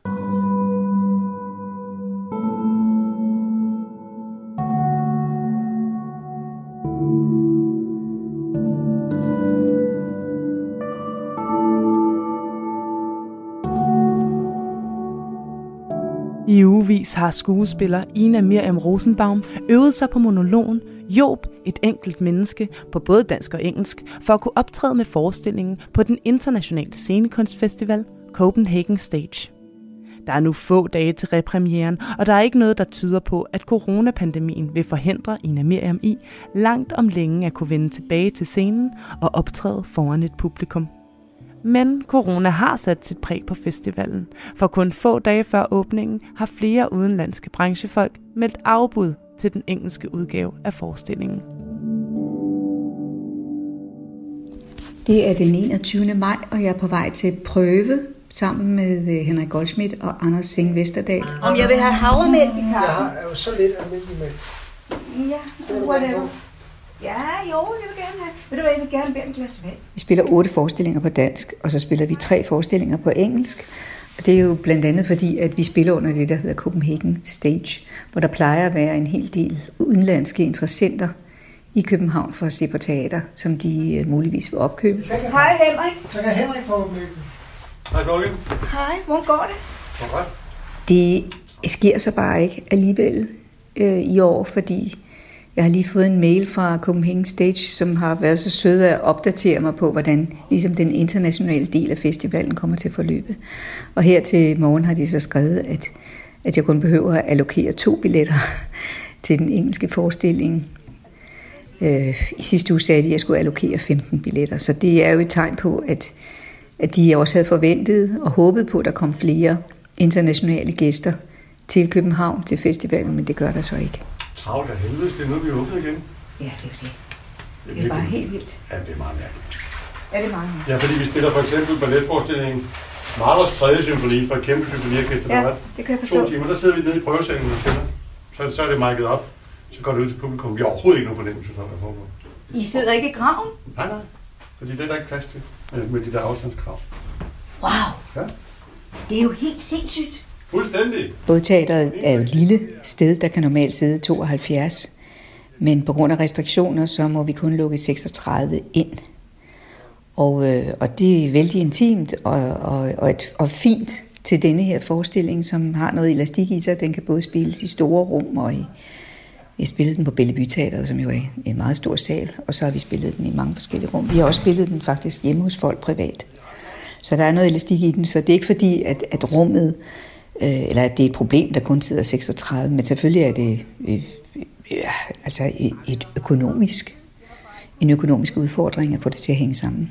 I ugevis har skuespiller Ina Miriam Rosenbaum øvet sig på monologen Job, et enkelt menneske på både dansk og engelsk, for at kunne optræde med forestillingen på den internationale scenekunstfestival Copenhagen Stage. Der er nu få dage til repremieren, og der er ikke noget, der tyder på, at coronapandemien vil forhindre Ina Miriam i langt om længe at kunne vende tilbage til scenen og optræde foran et publikum. Men corona har sat sit præg på festivalen, for kun få dage før åbningen har flere udenlandske branchefolk meldt afbud til den engelske udgave af forestillingen. Det er den enogtyvende maj, og jeg er på vej til prøve sammen med Henrik Goldschmidt og Anders Singh Vesterdal. Om jeg vil have havremælk i kaffen? Jeg har jo så lidt almindelig mælk. Ja, whatever. Ja, jo, det vil gerne have. Ved du hvad, jeg vil gerne bære en glas vand. Vi spiller otte forestillinger på dansk, og så spiller vi tre forestillinger på engelsk. Og det er jo blandt andet fordi, at vi spiller under det, der hedder Copenhagen Stage, hvor der plejer at være en hel del udenlandske interessenter i København for at se på teater, som de uh, muligvis vil opkøbe. Hej Henrik. Så kan Henrik få med. Hej Klokken. Hej, hvordan går det? Hvor godt. Det sker så bare ikke alligevel øh, i år, fordi jeg har lige fået en mail fra Copenhagen Stage, som har været så søde at opdatere mig på, hvordan ligesom den internationale del af festivalen kommer til at forløbe. Og her til morgen har de så skrevet, at, at jeg kun behøver at allokere to billetter til den engelske forestilling. Øh, I sidste uge sagde de, at jeg skulle allokere femten billetter, så det er jo et tegn på, at, at de også havde forventet og håbet på, at der kom flere internationale gæster til København til festivalen, men det gør der så ikke. Travlt af helvede, det er noget, vi åbner igen. Ja, det er jo det. Det er bare helt vildt. Ja, det er meget mærkeligt. Er det meget mærkeligt? Ja, fordi vi spiller for eksempel balletforestillingen Mahlers tredje symfoni fra et kæmpe symfoniorkester. Ja, det kan jeg forstå. To timer, der sidder vi nede i prøvesalen og spiller. Så, så er det mic'et op. Så går det ud til publikum. Vi har overhovedet ikke nogen fornemmelse for, hvad der foregår. I sidder ikke i graven? Nej, nej. Fordi det er der ikke plads til med de der afstandskrav. Wow. Ja. Det er jo helt sindssygt. Fuldstændig. Bådteateret er jo et lille sted, der kan normalt sidde tooghalvfjerds. Men på grund af restriktioner, så må vi kun lukke seksogtredive ind. Og, øh, og det er vældig intimt og, og, og, et, og fint til denne her forestilling, som har noget elastik i sig. Den kan både spilles i store rum og i... Vi spillede den på Bellevue Teatret, som jo er en meget stor sal, og så har vi spillet den i mange forskellige rum. Vi har også spillet den faktisk hjemme hos folk privat. Så der er noget elastik i den, så det er ikke fordi, at, at rummet, øh, eller at det er et problem, der kun sidder seksogtredive, men selvfølgelig er det øh, øh, altså et, et økonomisk, en økonomisk udfordring at få det til at hænge sammen.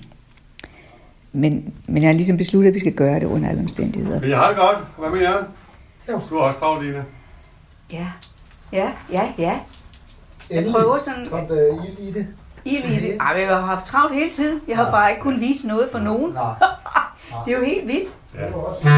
Men, men jeg har ligesom besluttet, at vi skal gøre det under alle omstændigheder. Men jeg har det godt. Hvad med jer? Jo. Du har også travlt, Line. Ja, ja, ja, ja. Jeg prøver sådan... Kom der ild i det. Ild i det. Ej, vi har haft travlt hele tiden. Jeg har bare ikke kunnet vise noget for nogen. Det er jo helt vildt. Ja.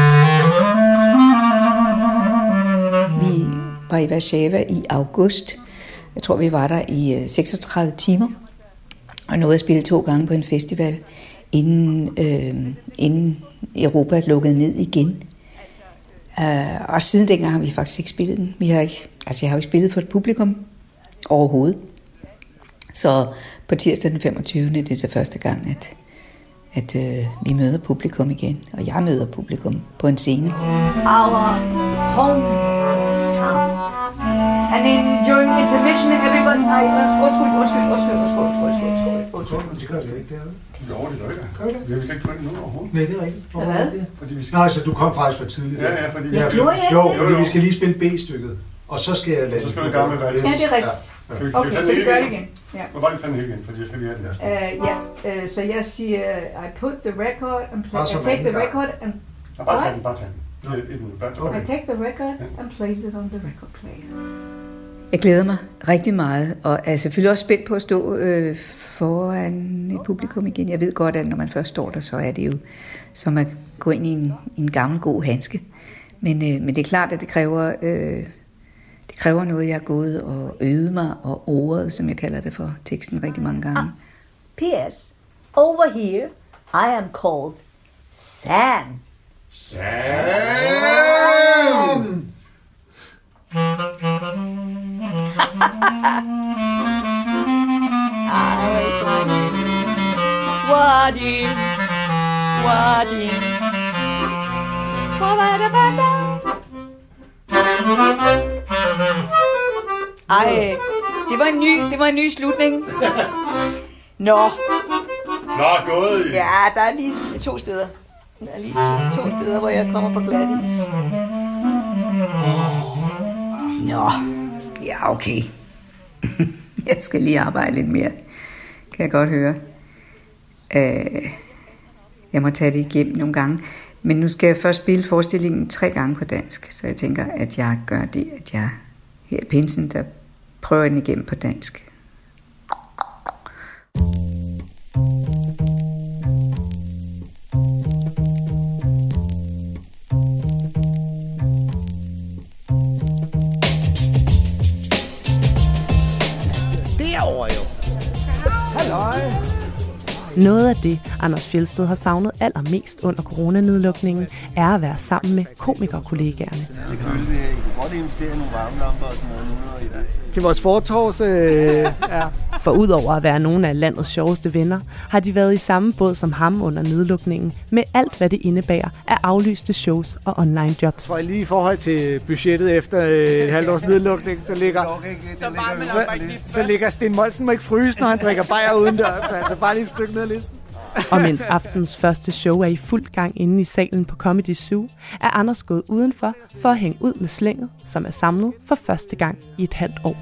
Vi var i Warszawa i august. Jeg tror, vi var der i seksogtredive timer. Og nåede at spille to gange på en festival, inden, øh, inden Europa lukkede ned igen. Uh, og siden dengang har vi faktisk ikke spillet den. Vi har ikke, altså jeg har jo ikke spillet for et publikum overhovedet. Så på tirsdag den femogtyvende det er så første gang, at, at uh, vi møder publikum igen. Og jeg møder publikum på en scene. Our hometown. And then during intermission, everybody... Nej, undskyld, undskyld, undskyld, undskyld, undskyld, undskyld, undskyld. Det gør det ikke, det er det. Jo, det gør det. Gør det? Vi har slet ikke kørt endnu overhovedet. Nej, det er rigtigt. Hvad? Fordi vi skal... Nej, så du kom faktisk for tidligt. Ja, ja, fordi vi... Ja, Ja, gjorde jeg jo, det? fordi vi skal lige spille B-stykket. Og så skal jeg lade... Så skal du i gang med hvad det Ja, det er rigtigt. Ja. Kan vi, Okay, kan vi så tage vi den gør hele det igen? igen. Ja. Må bare lige tage den hele igen, fordi jeg skal lige have det her. Uh, ja, uh, så jeg siger, I put the record and play, Bare I som take the anden gang. record and... Ja, bare tag den, bare tag den. Det er et minut. Bare I take the record and place it on the record player. Jeg glæder mig rigtig meget, og er selvfølgelig også spændt på at stå øh, foran et publikum igen. Jeg ved godt, at når man først står der, så er det jo som at gå ind i en, i en gammel god handske. Men, øh, men det er klart, at det kræver, øh, det kræver noget, jeg har gået og øvet mig, og ordet, som jeg kalder det for teksten rigtig mange gange. Ah, P S. Over here, I am called Sam. Sam! Wadim, wadim, wabadabada. Ej, det var en ny, det var en ny slutning. Nå. Nå, gået i. Ja, der er lige to steder. Der er lige to, to steder, hvor jeg kommer på glat is. Nå, ja okay. Jeg skal lige arbejde lidt mere, kan jeg godt høre. Uh, jeg må tage det igennem nogle gange. Men nu skal jeg først spille forestillingen tre gange på dansk, så jeg tænker, at jeg gør det, at jeg her i pinsen, der prøver den igennem på dansk. Derovre jo. Noget af det, Anders Fjeldsted har savnet allermest under coronanedlukningen, er at være sammen med komikerkollegaerne. Det kan godt investere i nogle varmelamper og sådan noget nu i dag. Til vores fortovs, øh, ja. For udover at være nogle af landets sjoveste venner, har de været i samme båd som ham under nedlukningen, med alt hvad det indebærer af aflyste shows og online jobs. For lige i forhold til budgettet efter et halvt års nedlukning, så ligger, Så, bare så, så ligger Sten Molsen må ikke fryse, når han drikker bajer udendørs, så altså bare lige et stykke ned ad listen. Og mens aftens første show er i fuld gang inde i salen på Comedy Zoo, er Anders gået udenfor for at hænge ud med slænget, som er samlet for første gang i et halvt år.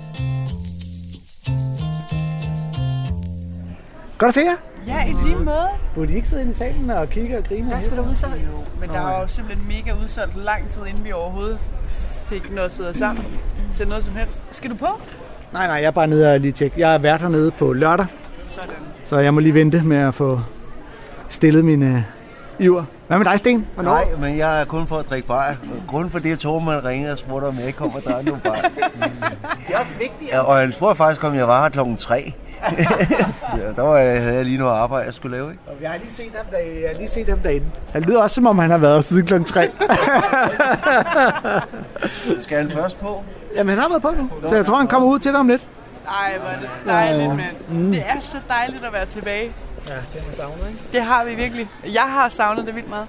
Godt at se jer. Ja, i lige måde. Burde I ikke sidde inde i salen og kigge og grine? Der skal der udsolgt. Men der var jo simpelthen mega udsolgt lang tid, inden vi overhovedet fik noget at sidde sammen til noget som helst. Skal du på? Nej, nej, jeg er bare nede og lige tjekke. Jeg er vært hernede på lørdag. Sådan. Så jeg må lige vente med at få stillet mine iver. Hvad med dig, Sten? Hvornår? Nej, men jeg er kun for at drikke bajer. Grunden for det, at Torben ringede og spurgte, om jeg ikke kommer, der er nogle bajer. Det er også vigtigt. Ja, og han spurgte faktisk, om jeg var her klokken tre. Ja, der var jeg, havde jeg lige noget arbejde, jeg skulle lave, ikke? Og jeg har lige set ham, der, jeg har lige set ham derinde. Han lyder også, som om han har været siden klokken tre. Skal han først på? Jamen, han har været på nu. Så jeg tror, han kommer ud til dig om lidt. Ej, hvor er det dejligt, mand. Mm. Det er så dejligt at være tilbage. Ja, det har vi savnet, ikke? Det har vi virkelig. Jeg har savnet det vildt meget.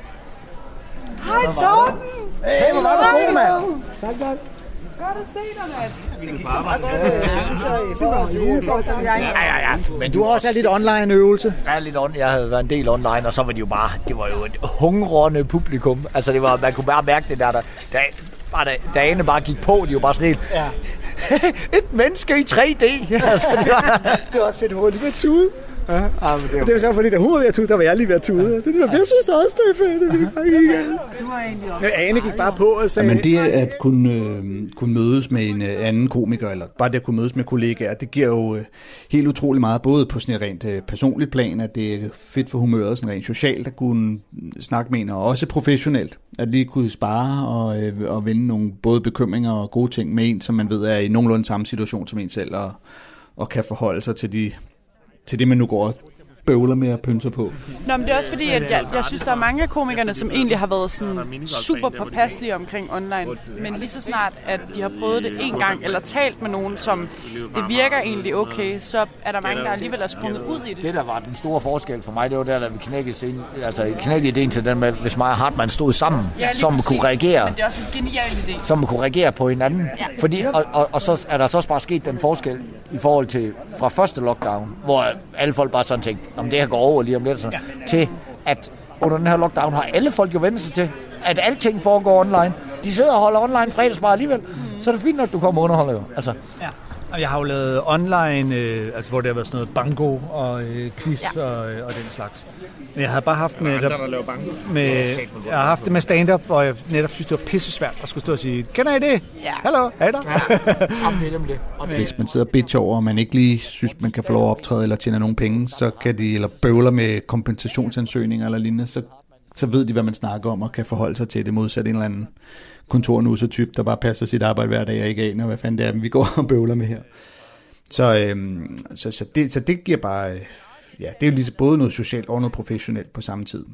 Hej, Torben! Hey, hvor var du god, mand! Tak, tak. Godt at se dig, mand. Det gik meget godt, jeg synes jeg, i forhold til ugen. Ja, ja, ja. Men du har også lidt online øvelse. Ja, lidt on. Jeg havde været en del online, og så var det jo bare, det var jo et hungrende publikum. Altså, det var, man kunne bare mærke det der, der, der bare da, dagene bare gik på, de var bare sådan helt, ja. Et menneske i tre D. Altså, det, var, det var også fedt, hun var lige ved at tude. Ja, ah, men det, var... det var så fordi, da hun var ved at tude, der var jeg lige ved at tude. Ja. Så det var, jeg synes også, det er fedt, det var ikke. Du har egentlig også. Ane gik bare på og sagde... Ja, men det at kunne, øh, kunne mødes med en øh, anden komiker, eller bare det at kunne mødes med kollegaer, det giver jo øh, helt utrolig meget, både på sådan et rent øh, personligt plan, at det er fedt for humøret, sådan rent socialt at kunne snakke med en, og også professionelt, at lige kunne spare og, øh, og vende nogle både bekymringer og gode ting med en, som man ved er i nogenlunde samme situation som en selv, og, og kan forholde sig til de... til det, man nu går og bøvler med at pynse på. Nå, men det er også fordi, at jeg, jeg synes, der er mange af komikerne, som egentlig har været sådan super påpasselige omkring online. Men lige så snart, at de har prøvet det en gang, eller talt med nogen, som det virker egentlig okay, så er der mange, der alligevel er sprunget ud i det. Det, der var den store forskel for mig, det var der, da vi knækkede scenen, altså knækkede ideen til den med, hvis mig og Hartmann stod sammen, ja, som man kunne reagere. Men det er også en genial idé. Som man kunne reagere på hinanden. Ja. Fordi, og, og, og så er der så også bare sket den forskel i forhold til fra første lockdown, hvor alle folk bare sådan tænkte, om det her går over lige om lidt, sådan, ja. Til at under den her lockdown har alle folk jo vendt sig til, at alting foregår online. De sidder og holder online fredagsbar alligevel, mm. så er det fint nok, du kommer og underholder jo. Altså. Ja. Og jeg har jo lavet online, øh, altså hvor det har været sådan noget bango og øh, quiz ja. og, og den slags. Men jeg havde bare haft med, der, med jeg har haft det med stand-up, hvor jeg netop synes, det var pissesvært at skulle stå og sige, kender I det? Ja. Hallo, hej der. Ja. Hvis man sidder og bitcher over, og man ikke lige synes, man kan få lov at optræde eller tjene nogen penge, så kan de, eller bøvler med kompensationsansøgninger eller lignende, så, så ved de, hvad man snakker om og kan forholde sig til det, modsat en eller anden kontornusser-type, der bare passer sit arbejde hver dag og ikke aner, hvad fanden det er, vi går og bøvler med her. Så, øhm, så, så, det, så det giver bare, ja, det er jo lige både noget socialt og noget professionelt på samme tid.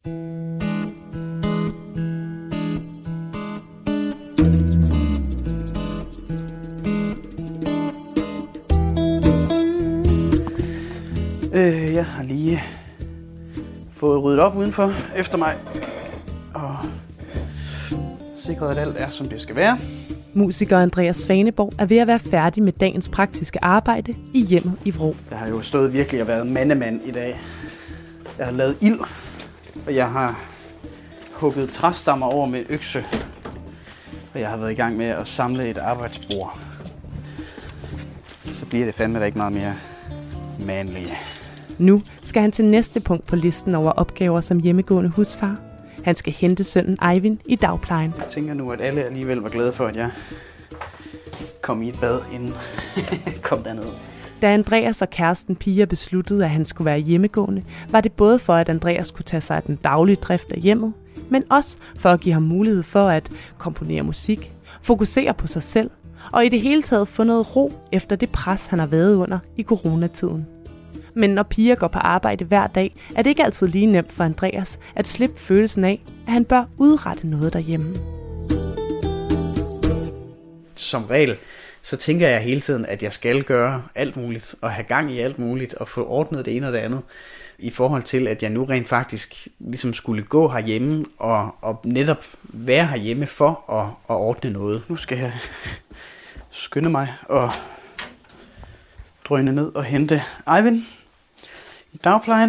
Øh, jeg har lige fået ryddet op udenfor efter mig, og sikret, at alt er, som det skal være. Musiker Andreas Svaneborg er ved at være færdig med dagens praktiske arbejde i hjemmet i Vrå. Jeg har jo stået virkelig og været mandemand i dag. Jeg har lavet ild, og jeg har hugget træstammer over med økse. Og jeg har været i gang med at samle et arbejdsbord. Så bliver det fandme da ikke meget mere mandlige. Nu skal han til næste punkt på listen over opgaver som hjemmegående husfar. Han skal hente sønnen Eivind i dagplejen. Jeg tænker nu, at alle alligevel var glade for, at jeg kom i et bad, inden kom derned. Da Andreas og kæresten Pia besluttede, at han skulle være hjemmegående, var det både for, at Andreas kunne tage sig af den daglige drift af hjemmet, men også for at give ham mulighed for at komponere musik, fokusere på sig selv og i det hele taget få noget ro efter det pres, han har været under i coronatiden. Men når piger går på arbejde hver dag, er det ikke altid lige nemt for Andreas at slippe følelsen af, at han bør udrette noget derhjemme. Som regel, så tænker jeg hele tiden, at jeg skal gøre alt muligt, og have gang i alt muligt, og få ordnet det ene og det andet, i forhold til, at jeg nu rent faktisk ligesom skulle gå herhjemme, og, og netop være herhjemme for at, at ordne noget. Nu skal jeg skynde mig og drøne ned og hente Eivind i dagplejen.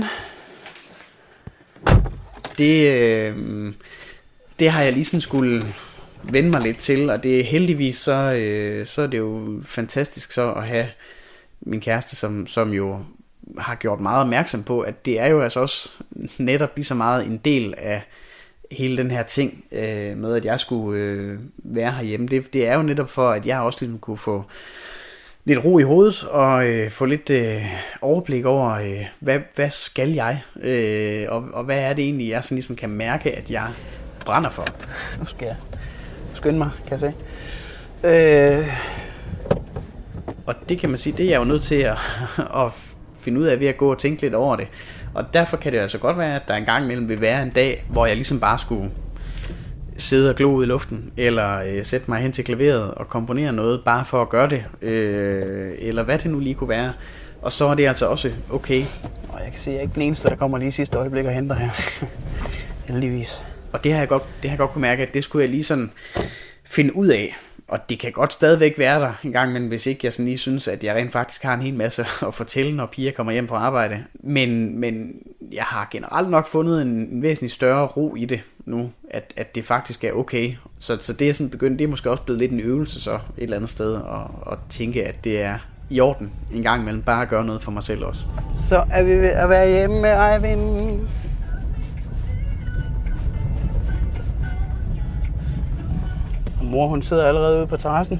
Det, øh, det har jeg lige sådan skulle vende mig lidt til, og det er heldigvis så, øh, så er det jo fantastisk så at have min kæreste, som, som jo har gjort meget opmærksom på, at det er jo altså også netop lige så meget en del af hele den her ting øh, med, at jeg skulle øh, være herhjemme. Det, det er jo netop for, at jeg også ligesom kunne få lidt ro i hovedet og øh, få lidt øh, overblik over, øh, hvad, hvad skal jeg, øh, og, og hvad er det egentlig, jeg sådan ligesom kan mærke, at jeg brænder for. Nu skal jeg skynde mig, kan jeg se. Øh, og det kan man sige, det er jeg jo nødt til at, at finde ud af ved at gå og tænke lidt over det. Og derfor kan det altså godt være, at der engang imellem vil være en dag, hvor jeg ligesom bare skulle sidde og glo ud i luften, eller øh, sætte mig hen til klaveret og komponere noget, bare for at gøre det, øh, eller hvad det nu lige kunne være. Og så er det altså også okay. Og jeg kan se, at jeg er ikke den eneste, der kommer lige sidste øjeblik og henter her. Heldigvis. Og det har jeg godt, det har jeg godt kunne mærke, at det skulle jeg lige sådan finde ud af. Og det kan godt stadigvæk være der en gang, men hvis ikke jeg sådan lige synes, at jeg rent faktisk har en hel masse at fortælle, når piger kommer hjem fra arbejde. Men, men jeg har generelt nok fundet en, en væsentlig større ro i det nu, at, at det faktisk er okay. Så, så det er sådan begyndt, det er måske også blevet lidt en øvelse så et eller andet sted, at, at tænke, at det er i orden en gang imellem, bare at gøre noget for mig selv også. Så er vi ved at være hjemme med Eivind. Mor, hun sidder allerede ude på terrassen.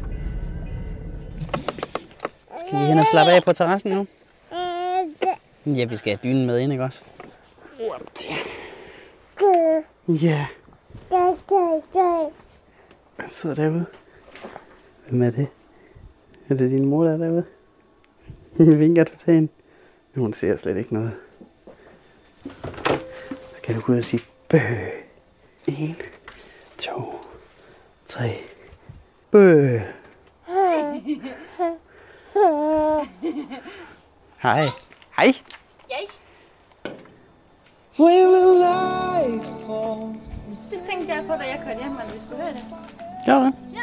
Skal vi hen og slappe af på terrassen nu? Ja, vi skal have dynen med ind, ikke også? Ja. Hvem sidder derude? Hvem er det? Er det din mor, der er derude? Vinker du til hende? Hun ser slet ikke noget. Skal du gå ud og sige bøh? En, to, tre. Bøh. Hej. Hej. Yay. Det tænkte jeg på, da jeg kørte hjem, at vi skulle høre det. Gør du det? Ja.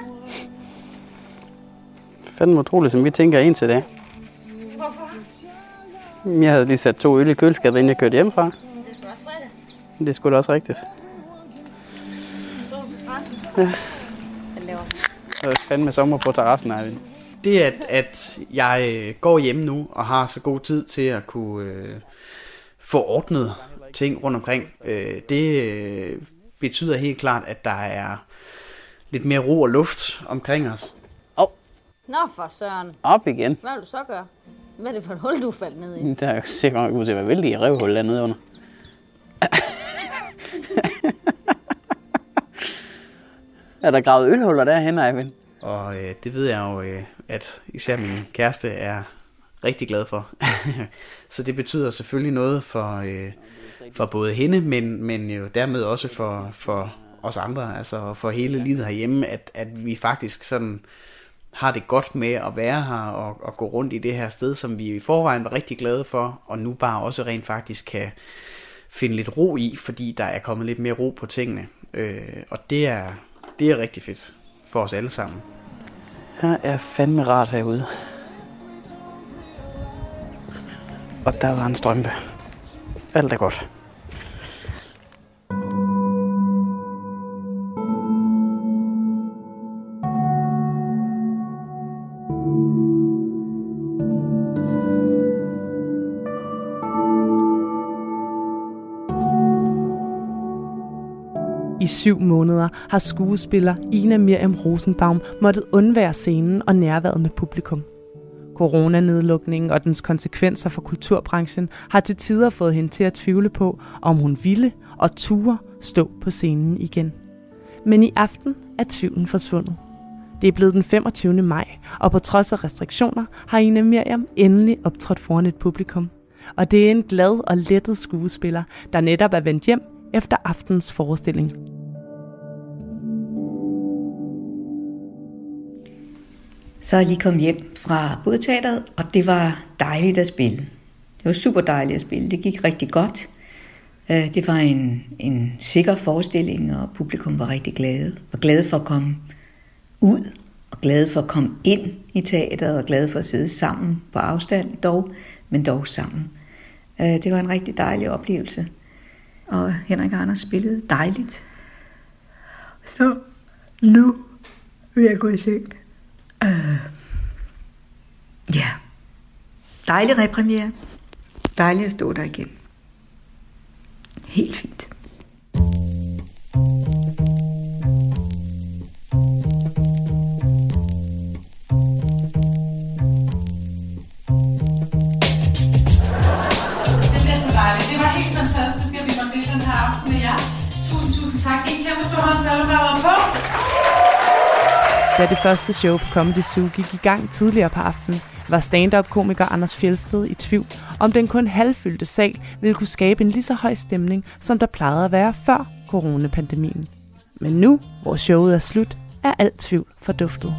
Fandme utroligt, som vi tænker ind til det. Hvorfor? Jeg havde lige sat to øl i køleskabet, inden jeg kørte hjemmefra. Det skulle også fredag. Det er sgu da også rigtigt. Så på terrassen. Ja. Hvad laver du? Så er det fandme sommer på terrassen, Eivind. Det, at, at jeg går hjemme nu og har så god tid til at kunne øh, få ordnet ting rundt omkring, øh, det øh, betyder helt klart, at der er lidt mere ro og luft omkring os. Oh. Nå for søren. Op igen. Hvad vil du så gøre? Hvad er det for et hul, du faldt ned i? Det er jeg sikkert nok, at det var vældig røvhul dernede under. Er der gravet ølhuller derhen, Eivind? Og øh, det ved jeg jo, øh, at især min kæreste er rigtig glad for. Så det betyder selvfølgelig noget for, øh, for både hende, men, men jo dermed også for, for os andre, altså for hele livet herhjemme, at, at vi faktisk sådan har det godt med at være her og, og gå rundt i det her sted, som vi i forvejen var rigtig glade for, og nu bare også rent faktisk kan finde lidt ro i, fordi der er kommet lidt mere ro på tingene. Øh, og det er, det er rigtig fedt for os alle sammen. Her er fandme rart herude. Og der var en strømpe. Alt er godt. I syv måneder har skuespiller Ina Miriam Rosenbaum måttet undvære scenen og nærværet med publikum. Coronanedlukningen og dens konsekvenser for kulturbranchen har til tider fået hende til at tvivle på, om hun ville og turde stå på scenen igen. Men i aften er tvivlen forsvundet. Det er blevet den femogtyvende maj, og på trods af restriktioner har Ina Miriam endelig optrådt foran et publikum. Og det er en glad og lettet skuespiller, der netop er vendt hjem efter aftens forestilling. Så er jeg lige kommet hjem fra Bådteatret, og det var dejligt at spille. Det var super dejligt at spille. Det gik rigtig godt. Det var en, en sikker forestilling, og publikum var rigtig glade. Var glade for at komme ud, og glade for at komme ind i teateret, og glade for at sidde sammen på afstand dog, men dog sammen. Det var en rigtig dejlig oplevelse. Og Henrik og Anders spillede dejligt. Så nu vil jeg gå i seng. Uh, ja, dejlig repremiere. Dejligt at stå der igen. Helt fint. Det var helt fantastisk, at vi var med den her aften med jer. Tusind, tusind tak. En kæmpe stor hånd til alle, der var på. Da det første show på Comedy Zoo gik i gang tidligere på aftenen, var stand-up-komiker Anders Fjeldsted i tvivl, om den kun halvfyldte sal ville kunne skabe en lige så høj stemning, som der plejede at være før coronapandemien. Men nu, hvor showet er slut, er alt tvivl forduftet.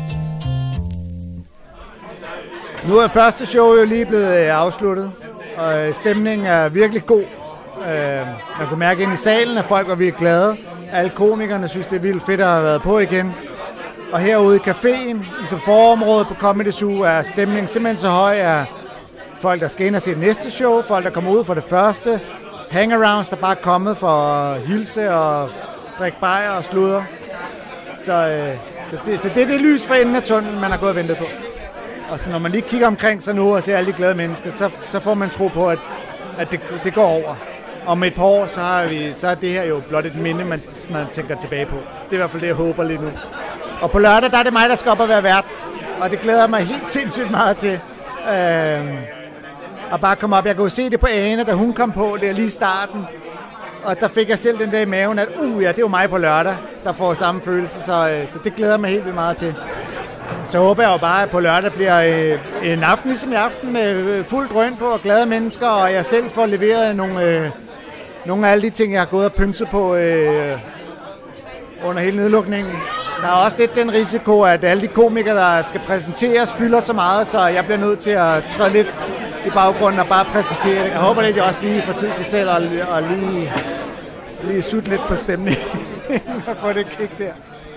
Nu er første show jo lige blevet afsluttet, og stemningen er virkelig god. Man kunne mærke ind i salen, at folk var virkelig glade. Alle komikerne synes, det er vildt fedt at have været på igen. Og herude i caféen, i som forområdet på Comedy Zoo, er stemningen simpelthen så høj, at folk, der skal ind og se det næste show, folk, der kommer ud for det første, hangarounds, der bare er kommet for at hilse og drikke bajer og sludre. Så, øh, så, det, så det er det lys for enden af tunnelen, man har gået og ventet på. Og så når man lige kigger omkring sig nu og ser alle de glade mennesker, så, så får man tro på, at, at det, det går over. Om et par år, så, har vi, så er det her jo blot et minde, man, man tænker tilbage på. Det er i hvert fald det, jeg håber lige nu. Og på lørdag, der er det mig, der skal op og være vært. Og det glæder mig helt sindssygt meget til. Øh, at bare komme op. Jeg kunne se det på Ane, da hun kom på, det er lige starten. Og der fik jeg selv den der i maven, at uh, ja, det er jo mig på lørdag, der får samme følelse. Så, øh, så det glæder mig helt vildt meget til. Så håber jeg jo bare, at på lørdag bliver øh, en aften ligesom i aften med øh, fuld drøn på og glade mennesker. Og jeg selv får leveret nogle, øh, nogle af alle de ting, jeg har gået og pynset på øh, under hele nedlukningen. Der er også lidt den risiko, at alle de komikere, der skal præsenteres, fylder så meget, så jeg bliver nødt til at træde lidt i baggrunden og bare præsentere det. Jeg håber, at jeg også lige får tid til selv at, at lige, lige sutte lidt på stemningen og få det kick der.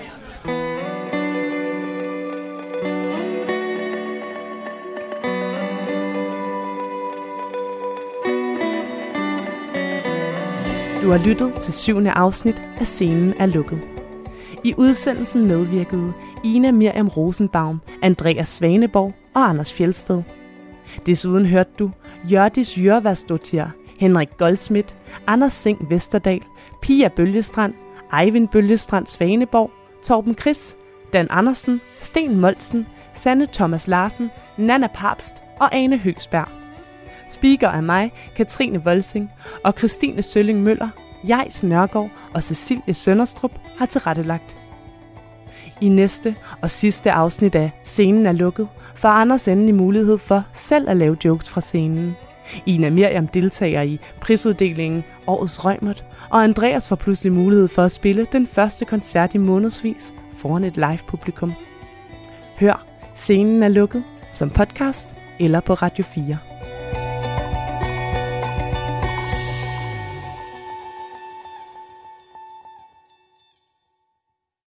Du har lyttet til syvende afsnit af Scenen er lukket. I udsendelsen medvirkede Ina Miriam Rosenbaum, Andreas Svaneborg og Anders Fjeldsted. Desuden hørte du Hjørdis Jørvarsdottir, Henrik Goldsmith, Anders Sing Vesterdal, Pia Bølgestrand, Eivind Bølgestrand Svaneborg, Torben Chris, Dan Andersen, Sten Molsen, Sanne Thomas Larsen, Nanna Papst og Ane Høgsberg. Speaker er mig, Katrine Volsing, og Christine Sølling Møller, Jais Nørgaard og Cecilie Sønderstrup har tilrettelagt. I næste og sidste afsnit af Scenen er lukket, får Anders endelig mulighed for selv at lave jokes fra scenen. Ina Miriam deltager i prisuddelingen Årets Reumert, og Andreas får pludselig mulighed for at spille den første koncert i månedsvis foran et live publikum. Hør Scenen er lukket som podcast eller på Radio fire.